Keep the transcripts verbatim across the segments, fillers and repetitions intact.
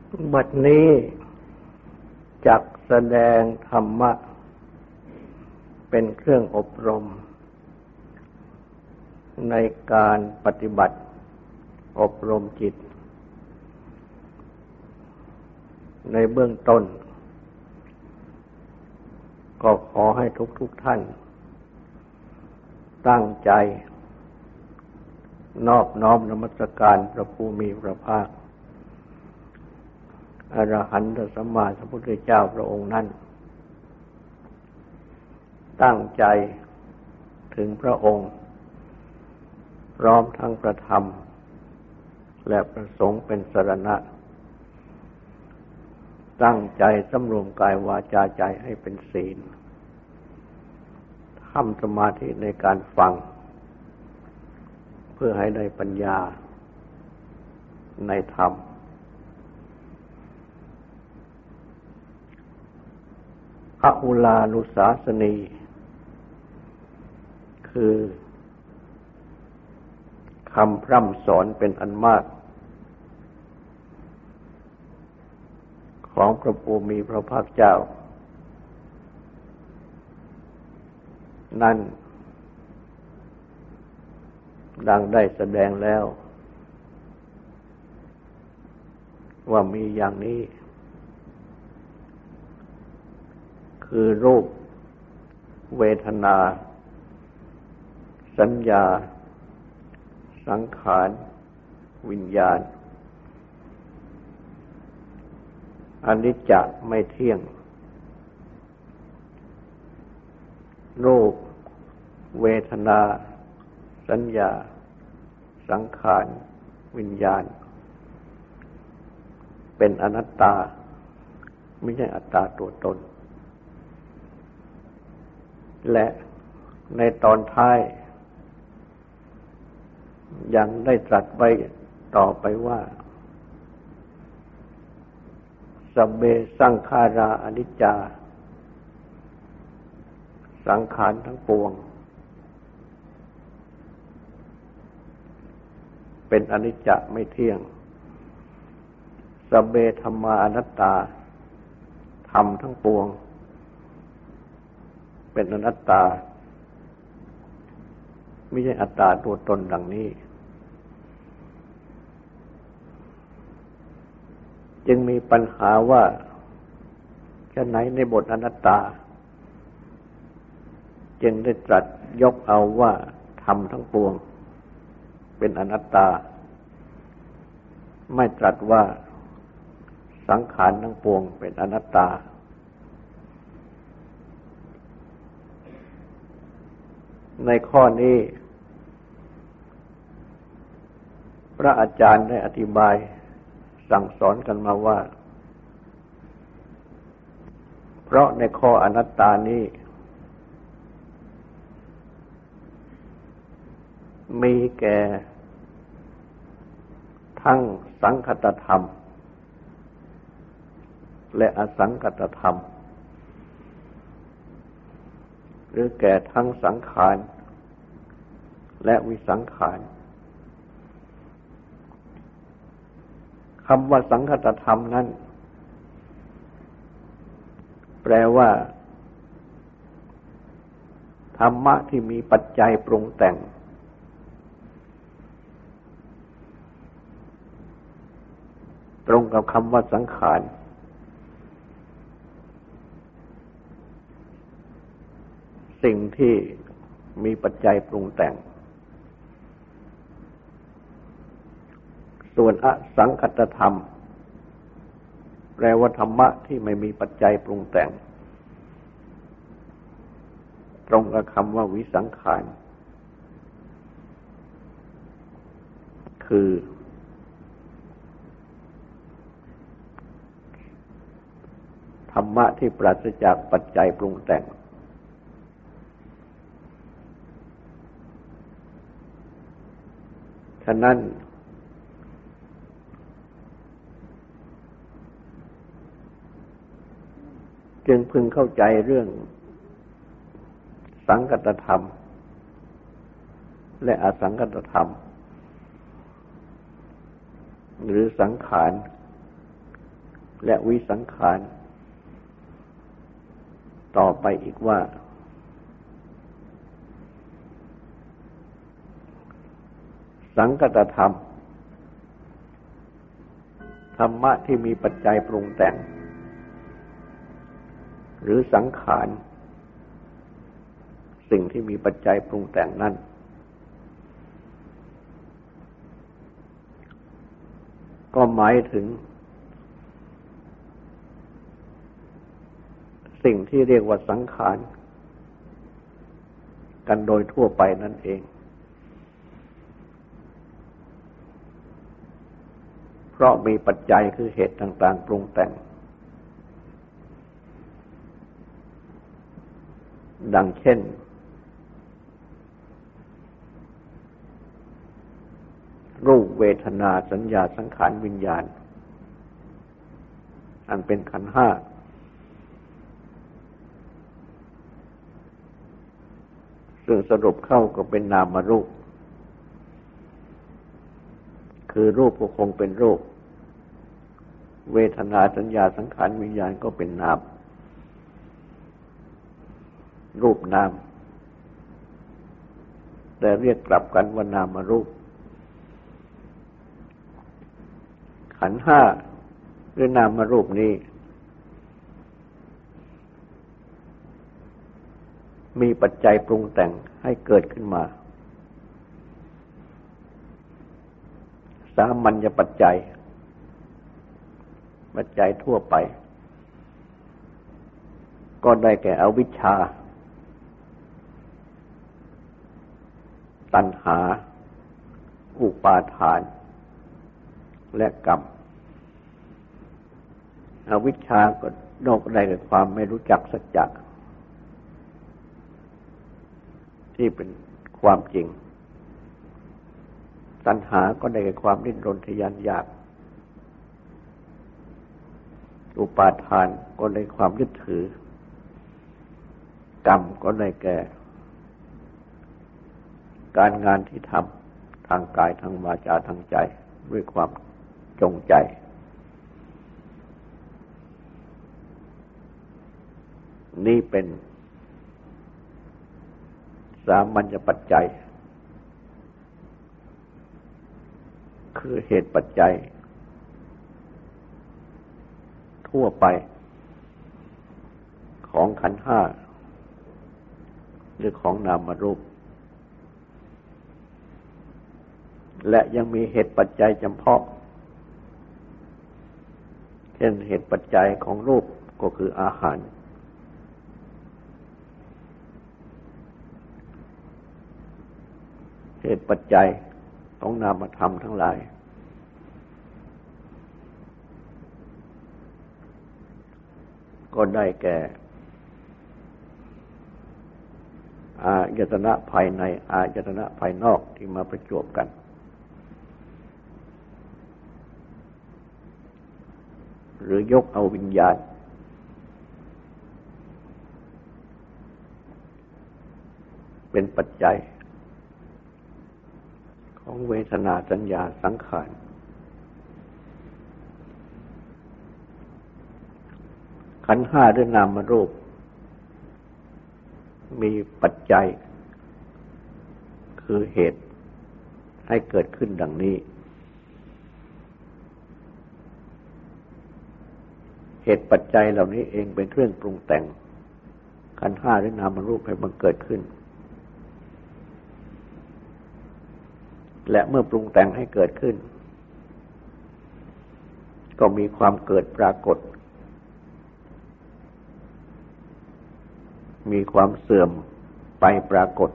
บัดนี้จักแสดงธรรมะเป็นเครื่องอบรมในการปฏิบัติอบรมจิตในเบื้องต้นก็ขอให้ทุกทุกท่านตั้งใจนอบน้อมนมัสการพระผู้มีพระภาคอรหันตสัมมาสัมพุทธเจ้าพระองค์นั้นตั้งใจถึงพระองค์พร้อมทั้งประธรรมและประสงค์เป็นสรณะตั้งใจสำรวมกายวาจาใจให้เป็นศีลทำสมาธิในการฟังเพื่อให้ได้ปัญญาในธรรมพระอุลานุสาสนีคือคำพร่ำสอนเป็นอันมากของพระผู้มีพระภาคเจ้านั้นดังได้แสดงแล้วว่ามีอย่างนี้คือรูปเวทนาสัญญาสังขารวิญญาณอนิจจไม่เที่ยงรูปเวทนาสัญญาสังขารวิญญาณเป็นอนัตตาไม่ใช่อัตตาตัวตนและในตอนท้ายยังได้ตรัสไว้ต่อไปว่าสัพเพสังขาราอนิจจาสังขารทั้งปวงเป็นอนิจจไม่เที่ยงสัพเพธัมมาอนัตตาธรรมทั้งปวงเป็นอนัตตาไม่ใช่อัตตาตัวตนดังนี้จึงมีปัญหาว่าจะไหนในบทอนัตตาจึงได้ตรัสยกเอาว่าธรรมทั้งปวงเป็นอนัตตาไม่ตรัสว่าสังขารทั้งปวงเป็นอนัตตาในข้อนี้พระอาจารย์ได้อธิบายสั่งสอนกันมาว่าเพราะในข้ออนัตตานี้มีแก่ทั้งสังคตธรรมและอสังคตธรรมหรือแก่ทั้งสังขารและวิสังขารคำว่าสังคตธรรมนั้นแปลว่าธรรมะที่มีปัจจัยปรุงแต่งตรงกับคำว่าสังขารสิ่งที่มีปัจจัยปรุงแต่งส่วนอสังคตธรรมแปลว่าธรรมะที่ไม่มีปัจจัยปรุงแต่งตรงกับคำว่าวิสังขารคือธรรมะที่ปราศจากปัจจัยปรุงแต่งฉะนั้นจึงพึงเข้าใจเรื่องสังคตธรรมและอสังคตธรรม หรือสังขารและวิสังขารต่อไปอีกว่าสังคตธรรมธรรมะที่มีปัจจัยปรุงแต่งหรือสังขารสิ่งที่มีปัจจัยปรุงแต่งนั้นก็หมายถึงสิ่งที่เรียกว่าสังขารกันโดยทั่วไปนั่นเองเพราะมีปัจจัยคือเหตุต่างๆปรุงแต่งดังเช่นรูปเวทนาสัญญาสังขารวิญญาณอันเป็นขันธ์ห้าซึ่งสรุปเข้าก็เป็นนามรูปคือรูปก็คงเป็นรูปเวทนาสัญญาสังขารวิญญาณก็เป็นนามรูปนามแต่เรียกกลับกันว่านามรูปขันธ์ห้าหรือนามรูปนี้มีปัจจัยปรุงแต่งให้เกิดขึ้นมาสามัญญปัจจัยปัจจัยทั่วไปก็ได้แก่อวิชชาตัณหาอุปาทานและกรรมอวิชชาก็นอกได้แก่ความไม่รู้จักสัจจะที่เป็นความจริงตัณหาก็ได้แก่ความดิ้นรนทะยานอยากอุปาทานก็ได้ความยึดถือกรรมก็ได้แก่การงานที่ทำทางกายทางวาจาทางใจด้วยความจงใจนี่เป็นสามัญญปัจจัยคือเหตุปัจจัยทั่วไปของขันธ์ห้าหรือของนามรูปและยังมีเหตุปัจจัยจำเพาะเช่นเหตุปัจจัยของรูปก็คืออาหารเหตุปัจจัยของนามธรรมทั้งหลายก็ได้แก่อายตนะภายในอายตนะภายนอกที่มาประจวบกันหรือยกเอาวิญญาณเป็นปัจจัยของเวทนาสัญญาสังขารขันธ์ห้าด้วยนามรูปมีปัจจัยคือเหตุให้เกิดขึ้นดังนี้เหตุปัจจัยเหล่านี้เองเป็นเครื่องปรุงแต่งขันธ์ห้าด้วยนามรูปให้บังเกิดขึ้นและเมื่อปรุงแต่งให้เกิดขึ้นก็มีความเกิดปรากฏมีความเสื่อมไปปรากฏ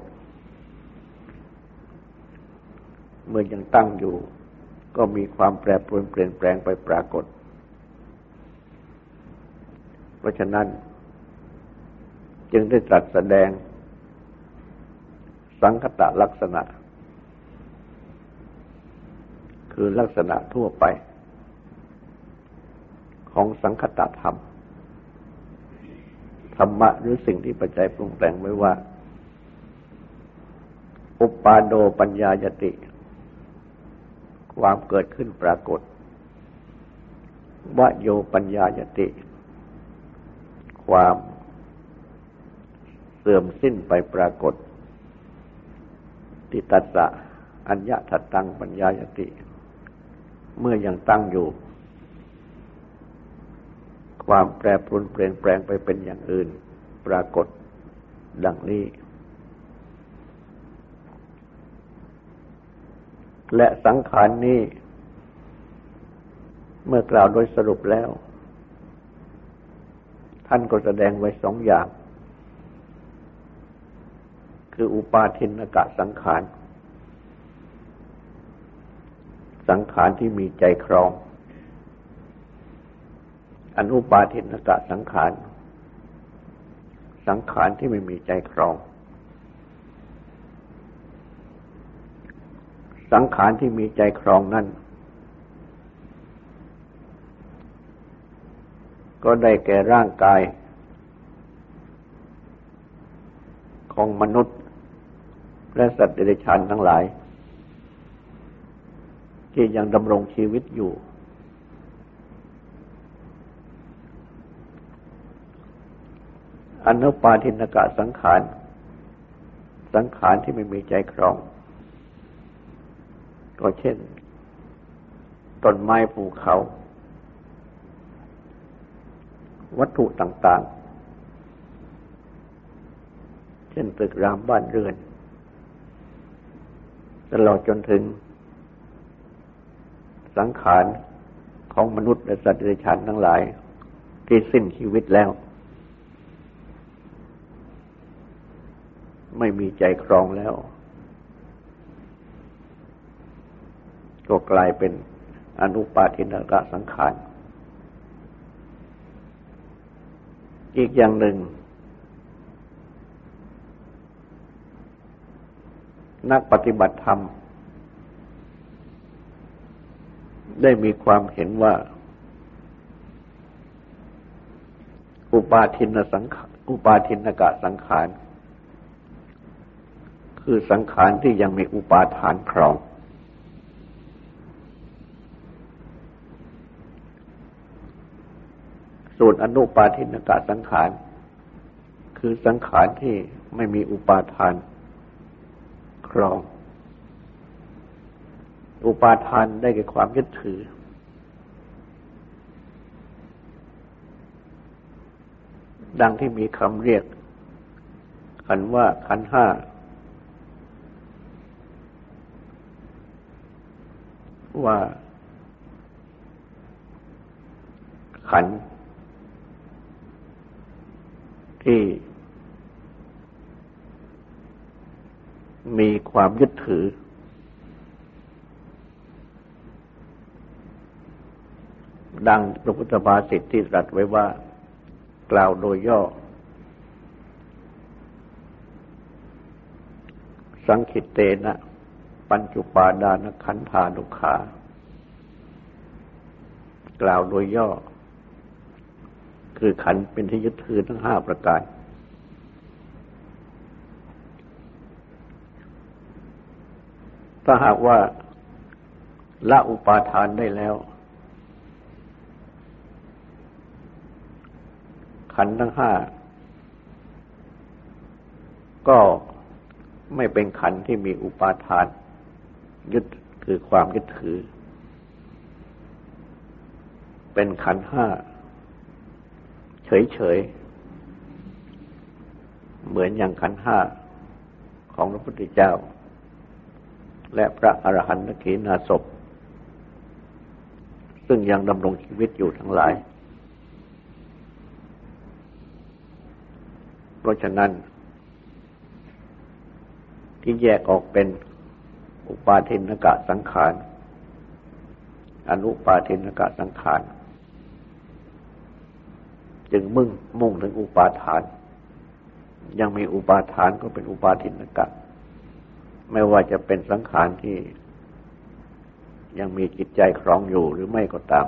เมื่อยังตั้งอยู่ก็มีความแปรปรวนเปลี่ยนแปลงไปปรากฏเพราะฉะนั้นจึงได้ตรัสแสดงสังคตลักษณะคือลักษณะทั่วไปของสังคตธรรมธรรมะหรือสิ่งที่ปัจจัยปรุงแต่งไว้ว่าอุปปาโดปัญญายติความเกิดขึ้นปรากฏวโยปัญญายติ ความเสื่อมสิ้นไปปรากฏติตัสสะอัญญทัตตังปัญญายติ เมื่อยังตั้งอยู่ความแปรปรวนเปลี่ยนแปลงไปเป็นอย่างอื่นปรากฏดังนี้และสังขาร นี้เมื่อกล่าวโดยสรุปแล้วท่านก็แสดงไว้สองอย่างคืออุปาทินกะสังขารสังขารที่มีใจครองอนุปาทินกะสังขารสังขารที่ไม่มีใจครองสังขารที่มีใจครองนั้นก็ได้แก่ร่างกายของมนุษย์และสัตว์เดรัจฉานทั้งหลายที่ยังดำรงชีวิตอยู่อนุปาทินกะสังขารสังขารที่ไม่มีใจครองก็เช่นต้นไม้ภูเขาวัตถุต่างๆเช่นตึกรามบ้านเรือนตลอดจนถึงสังขารของมนุษย์และสัตว์เดรัจฉานทั้งหลายที่สิ้นชีวิตแล้วไม่มีใจครองแล้วก็กลายเป็นอนุปาทินกะสังขารอีกอย่างหนึ่งนักปฏิบัติธรรมได้มีความเห็นว่าอุปาทินสังขารอุปาทินกะสังขารคือสังขารที่ยังมีอุปาทานครองส่วนอนุปาทินกะสังขารคือสังขารที่ไม่มีอุปาทานครองอุปาทานได้แก่ความยึดถือดังที่มีคำเรียกขันธ์ว่าขันธ์ห้าว่าขันธ์ที่มีความยึดถือดังพระพุทธภาษิตที่ตรัสไว้ว่ากล่าวโดยย่อสังขิตเตนะปัญจุปาดานขันธานุขากล่าวโดยย่อคือขันธ์เป็นที่ยึดถือทั้งห้าประการถ้าหากว่าละอุปาทานได้แล้วขันธ์ทั้งห้าก็ไม่เป็นขันธ์ที่มีอุปาทานยึดคือความยึดถือเป็นขันธ์ห้าเฉยๆเหมือนอย่างขันธ์ห้าของพระพุทธเจ้าและพระอรหันตขีณาสพซึ่งยังดำรงชีวิตอยู่ทั้งหลายเพราะฉะนั้นที่แยกออกเป็นอุปาทินกะสังขารอนุปาทินกะสังขารจึงมุ่งมุ่งถึงอุปาทานยังมีอุปาทานก็เป็นอุปาทินกะไม่ว่าจะเป็นสังขารที่ยังมีจิตใจครองอยู่หรือไม่ก็ตาม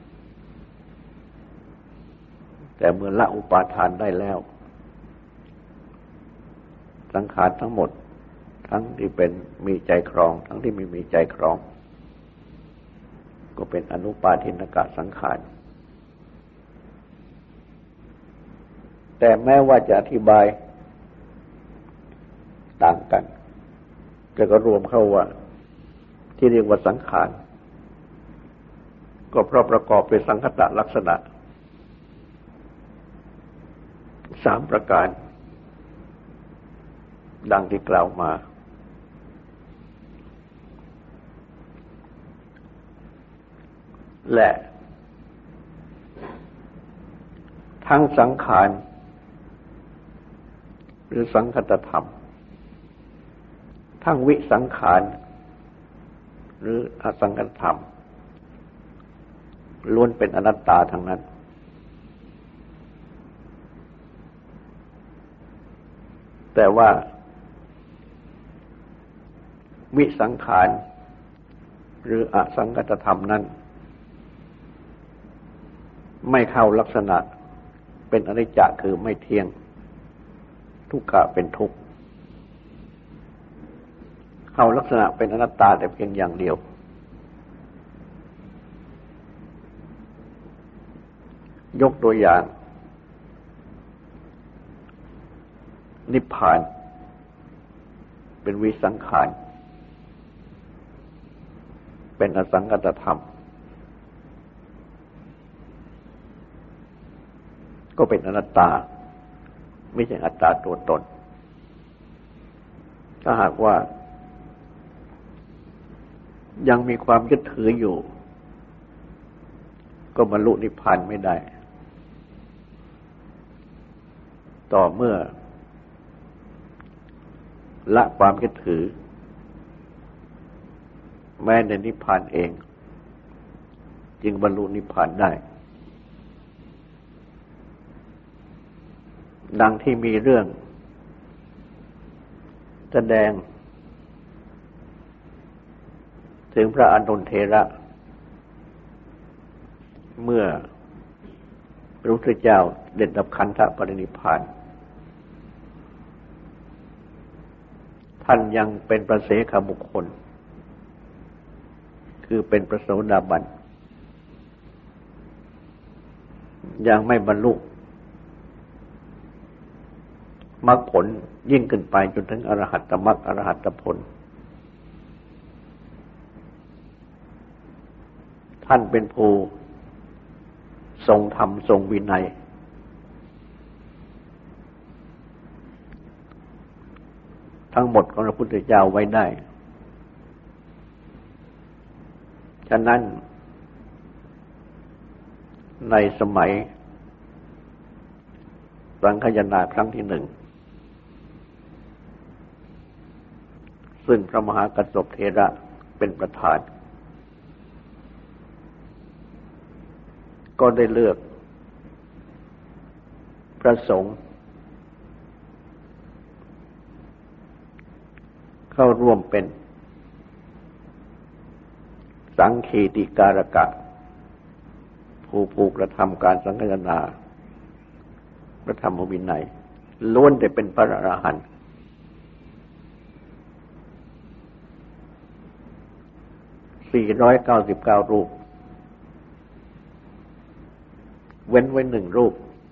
แต่เมื่อละอุปาทานได้แล้วสังขารทั้งหมดทั้งที่เป็นมีใจครองทั้งที่ไม่มีใจครองก็เป็นอนุปาทินกะสังขารแต่แม้ว่าจะอธิบายต่างกันแต่ก็รวมเข้าว่าที่เรียกว่าสังขารก็เพราะประกอบด้วยสังคตลักษณะสามประการดังที่กล่าวมาและทั้งสังขารหรือสังคตธรรมทั้งวิสังขารหรืออสังคตธรรมล้วนเป็นอนัตตาทั้งนั้นแต่ว่าวิสังขารหรืออสังคตธรรมนั้นไม่เข้าลักษณะเป็นอนิจจ์คือไม่เที่ยงทุกขะเป็นทุกข์เข้าลักษณะเป็นอนัตตาแต่เพียงอย่างเดียวยกตัวอย่างนิพพานเป็นวิสังขารเป็นอสังคตธรรมก็เป็นอนัตตาไม่ใช่อัตตาตัวตนถ้าหากว่ายังมีความยึดถืออยู่ก็บรรลุนิพพานไม่ได้ต่อเมื่อละความยึดถือแม้ในนิพพานเองจึงบรรลุนิพพานได้ดังที่มีเรื่องแสดงถึงพระอานนท์เถระเมื่อพระพุทธเจ้าเด็ดดับขันธปรินิพพานท่านยังเป็นพระเสขบุคคลคือเป็นพระโสดาบันยังไม่บรรลุมรรคผลยิ่งขึ้นไปจนถึงอรหัตตมรรคอรหัตตผลท่านเป็นผู้ทรงธรรมทรงวินัยทั้งหมดของพระพุทธเจ้าไว้ได้ฉะนั้นในสมัยสังฆยนาครั้งที่หนึ่งซึ่งพระมหากัสสปเถระเป็นประธานก็ได้เลือกพระสงฆ์เข้าร่วมเป็นสังคีติการกะผู้ผู้กระทำการสังฆนาพระธรรมวินัยล้วนแต่เป็นพระอรหันต์สี่ร้อยเก้าสิบเก้ารูปเว้นไว้หนึ่งรูป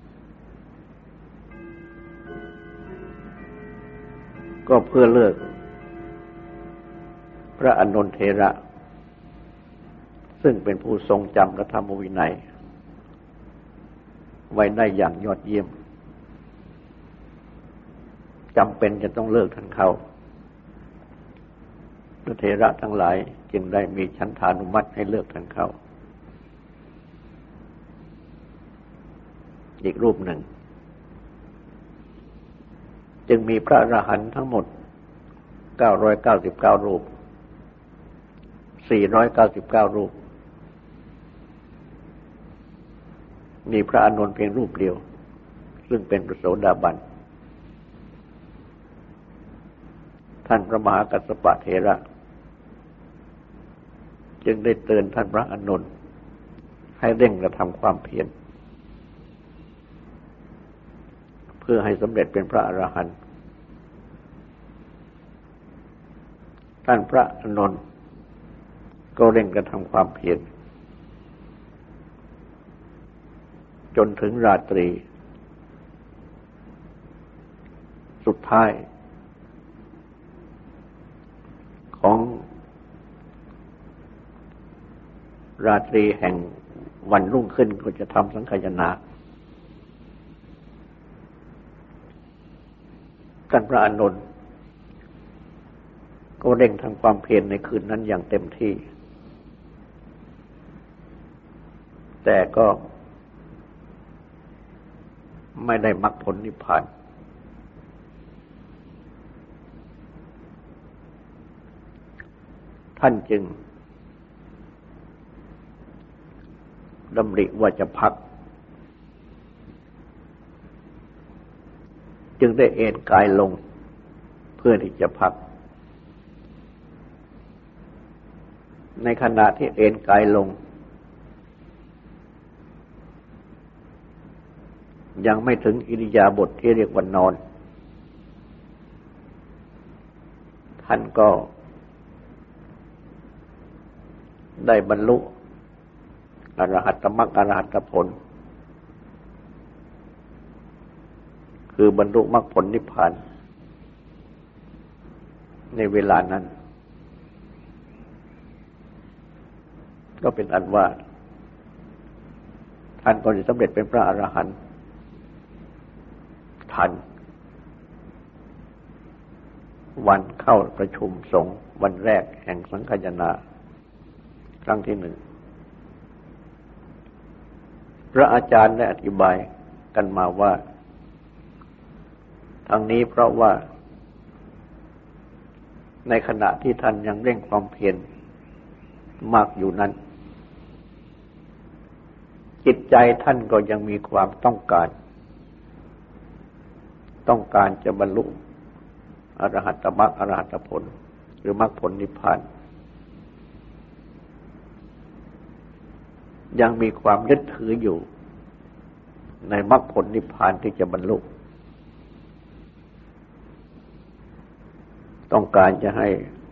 ก็เพื่อเลือกพระอานนท์เถระซึ่งเป็นผู้ทรงจำพระธรรมวินัยไว้ได้อย่างยอดเยี่ยมจำเป็นจะต้องเลิกท่านเขาพระเถระทั้งหลายจึงได้มีฉันทานุมัติให้เลิกท่านเขาอีกรูปหนึ่งจึงมีพระอรหันต์ทั้งหมดเก้าร้อยเก้าสิบเก้ารูปสี่ร้อยเก้าสิบเก้ารูปมีพระอานนท์เพียงรูปเดียวซึ่งเป็นพระโสดาบันท่านพระมหากัสสปเถระจึงได้เตือนท่านพระอานนท์ให้เร่งกระทำความเพียรเพื่อให้สำเร็จเป็นพระอรหันต์ท่านพระอานนท์ก็เร่งกระทำความเพียรจนถึงราตรีสุดท้ายของราตรีแห่งวันรุ่งขึ้นก็จะทำสังฆายนาท่านพระอานนท์ก็เร่งทำความเพียรในคืนนั้นอย่างเต็มที่แต่ก็ไม่ได้มรรคผลนิพพานท่านจึงดำริว่าจะพักจึงได้เอนกายลงเพื่อที่จะพักในขณะที่เอนกายลงยังไม่ถึงอิริยาบถที่เรียกว่านอนท่านก็ได้บรรลุอรหัตตมรรคอรหัตผลคือบรรลุมรรคผลนิพพานในเวลานั้นก็เป็นอันว่าท่านก็ได้สำเร็จเป็นพระอรหันต์ทันวันเข้าประชุมสงฆ์วันแรกแห่งสังฆายนาครั้งที่หนึ่งพระอาจารย์ได้อธิบายกันมาว่าทั้งนี้เพราะว่าในขณะที่ท่านยังเร่งความเพียรมากอยู่นั้นจิตใจท่านก็ยังมีความต้องการต้องการจะบรรลุอรหัตตมรรคอรหัตผลหรือมรรคผลนิพพานยังมีความยึดถืออยู่ในมรรคผลนิพพานที่จะบรรลุต้องการจะให้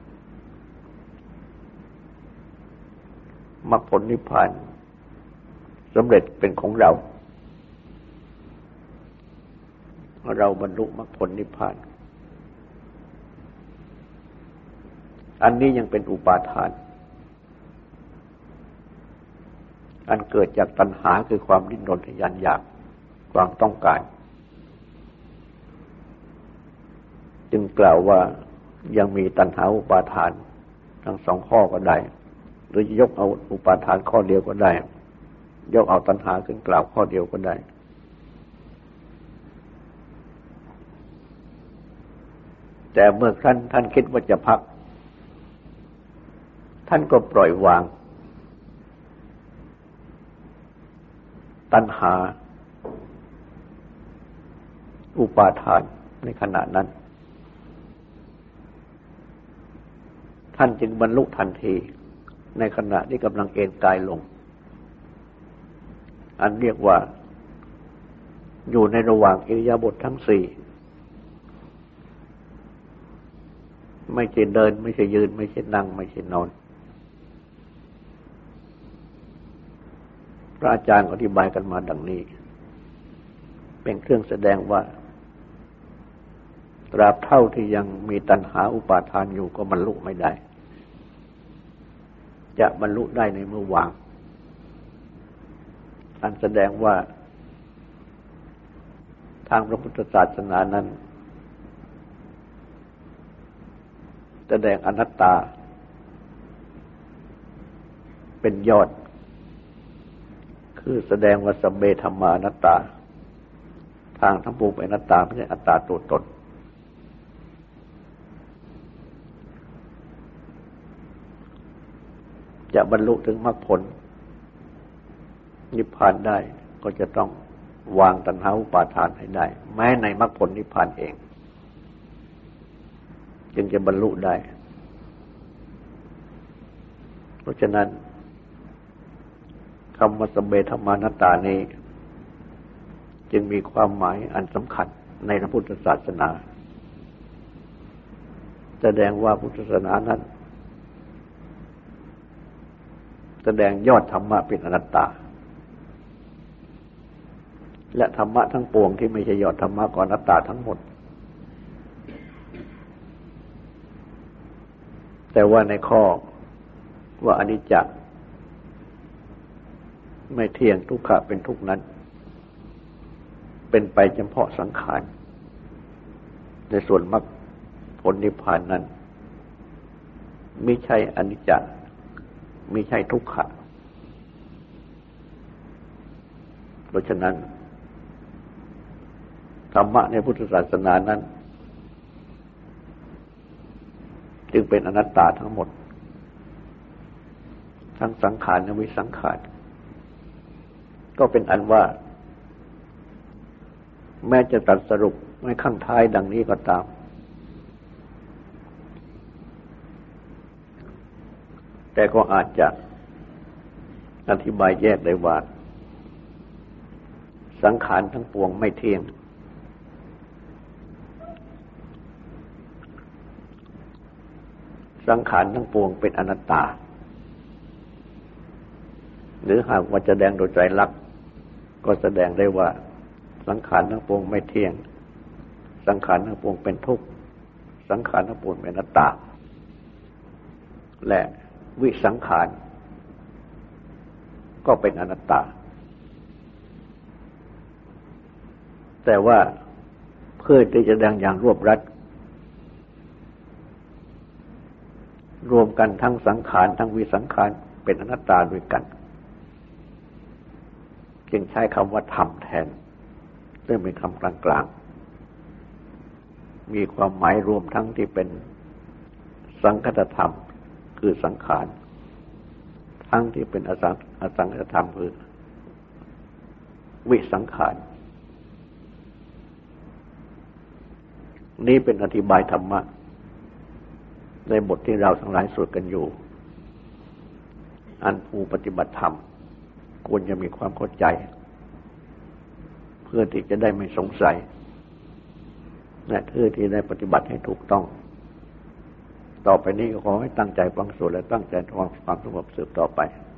มรรคผลนิพพานสำเร็จเป็นของเราเราบรรลุมรรคผลนิพพานอันนี้ยังเป็นอุปาทานอันเกิดจากตัณหาคือความดิ้นรนทะยานอยากความต้องการจึงกล่าวว่ายังมีตัณหาอุปาทานทั้งสองข้อก็ได้หรือจะยกเอาอุปาทานข้อเดียวก็ได้ยกเอาตัณหาขึ้นกล่าวข้อเดียวก็ได้แต่เมื่อท่านท่านคิดว่าจะพักท่านก็ปล่อยวางตัณหาอุปาทานในขณะนั้นท่านจึงบรรลุทันทีในขณะที่กำลังเอนกายลงอันเรียกว่าอยู่ในระหว่างอิริยาบถทั้งสี่ไม่ใช่เดินไม่ใช่ยืนไม่ใช่นั่งไม่ใช่นอนพระอาจารย์อธิบายกันมาดังนี้เป็นเครื่องแสดงว่าตราบเท่าที่ยังมีตัณหาอุปาทานอยู่ก็บรรลุไม่ได้จะบรรลุได้ในเมื่อวางอันแสดงว่าทางพระพุทธศาสนานั้นแสดงอนัตตาเป็นยอดคือแสดงว่าสัมเมธัมมาอนัตตาทางทั้งปวงเป็นอนัตตาไม่ใช่อัตตาตัวตนจะบรรลุถึงมรรคผลนิพพานได้ก็จะต้องวางตัณหาอุปาทานให้ได้แม้ในมรรคผลนิพพานเองจึงจะบรรลุได้เพราะฉะนั้นคำว่าสัมเมธัมมานัตตานี้จึงมีความหมายอันสำคัญในพระพุทธศาสนาแสดงว่าพุทธศาสนานั้นแสดงยอดธรรมะเป็นอนัตตาและธรรมะทั้งปวงที่ไม่ใช่ยอดธรรมะก็อนัตตาทั้งหมดแต่ว่าในข้อว่าอนิจจ์ไม่เที่ยงทุกขะเป็นทุกข์นั้นเป็นไปเฉพาะสังขารในส่วนมรรคผลนิพพานนั้นไม่ใช่อนิจจ์ไม่ใช่ทุกขะเพราะฉะนั้นธรรมะในพุทธศาสนานั้นจึงเป็นอนัตตาทั้งหมดทั้งสังขารและวิสังขารก็เป็นอันว่าแม้จะตัดสรุปไว้ข้างท้ายดังนี้ก็ตามแต่ก็อาจจะอธิบายแยกได้ว่าสังขารทั้งปวงไม่เที่ยงสังขารทั้งปวงเป็นอนัตตาหรือหากว่าจะแสดงโดยไตรลักษณ์ก็แสดงได้ว่าสังขารทั้งปวงไม่เที่ยงสังขารทั้งปวงเป็นทุกข์สังขารทั้งปวงเป็นอนัตตาและวิสังขารก็เป็นอนัตตาแต่ว่าเพื่อที่จะแสดงอย่างรวบรัดรวมกันทั้งสังขารทั้งวิสังขารเป็นอนัตตาด้วยกันจึงใช้คำว่าธรรมแทนซึ่งเป็นคำกลางๆมีความหมายรวมทั้งที่เป็นสังคตธรรมคือสังขารทั้งที่เป็นอสังอสังคตธรรมคือวิสังขารนี่เป็นอธิบายธรรมะในบทที่เราทั้งหลายสวดกันอยู่อันผู้ปฏิบัติธรรมควรจะมีความเข้าใจเพื่อที่จะได้ไม่สงสัยและเพื่อที่ได้ปฏิบัติให้ถูกต้องต่อไปนี้ก็ขอให้ตั้งใจฟังสวดและตั้งใจทำความสงบสืบต่อไป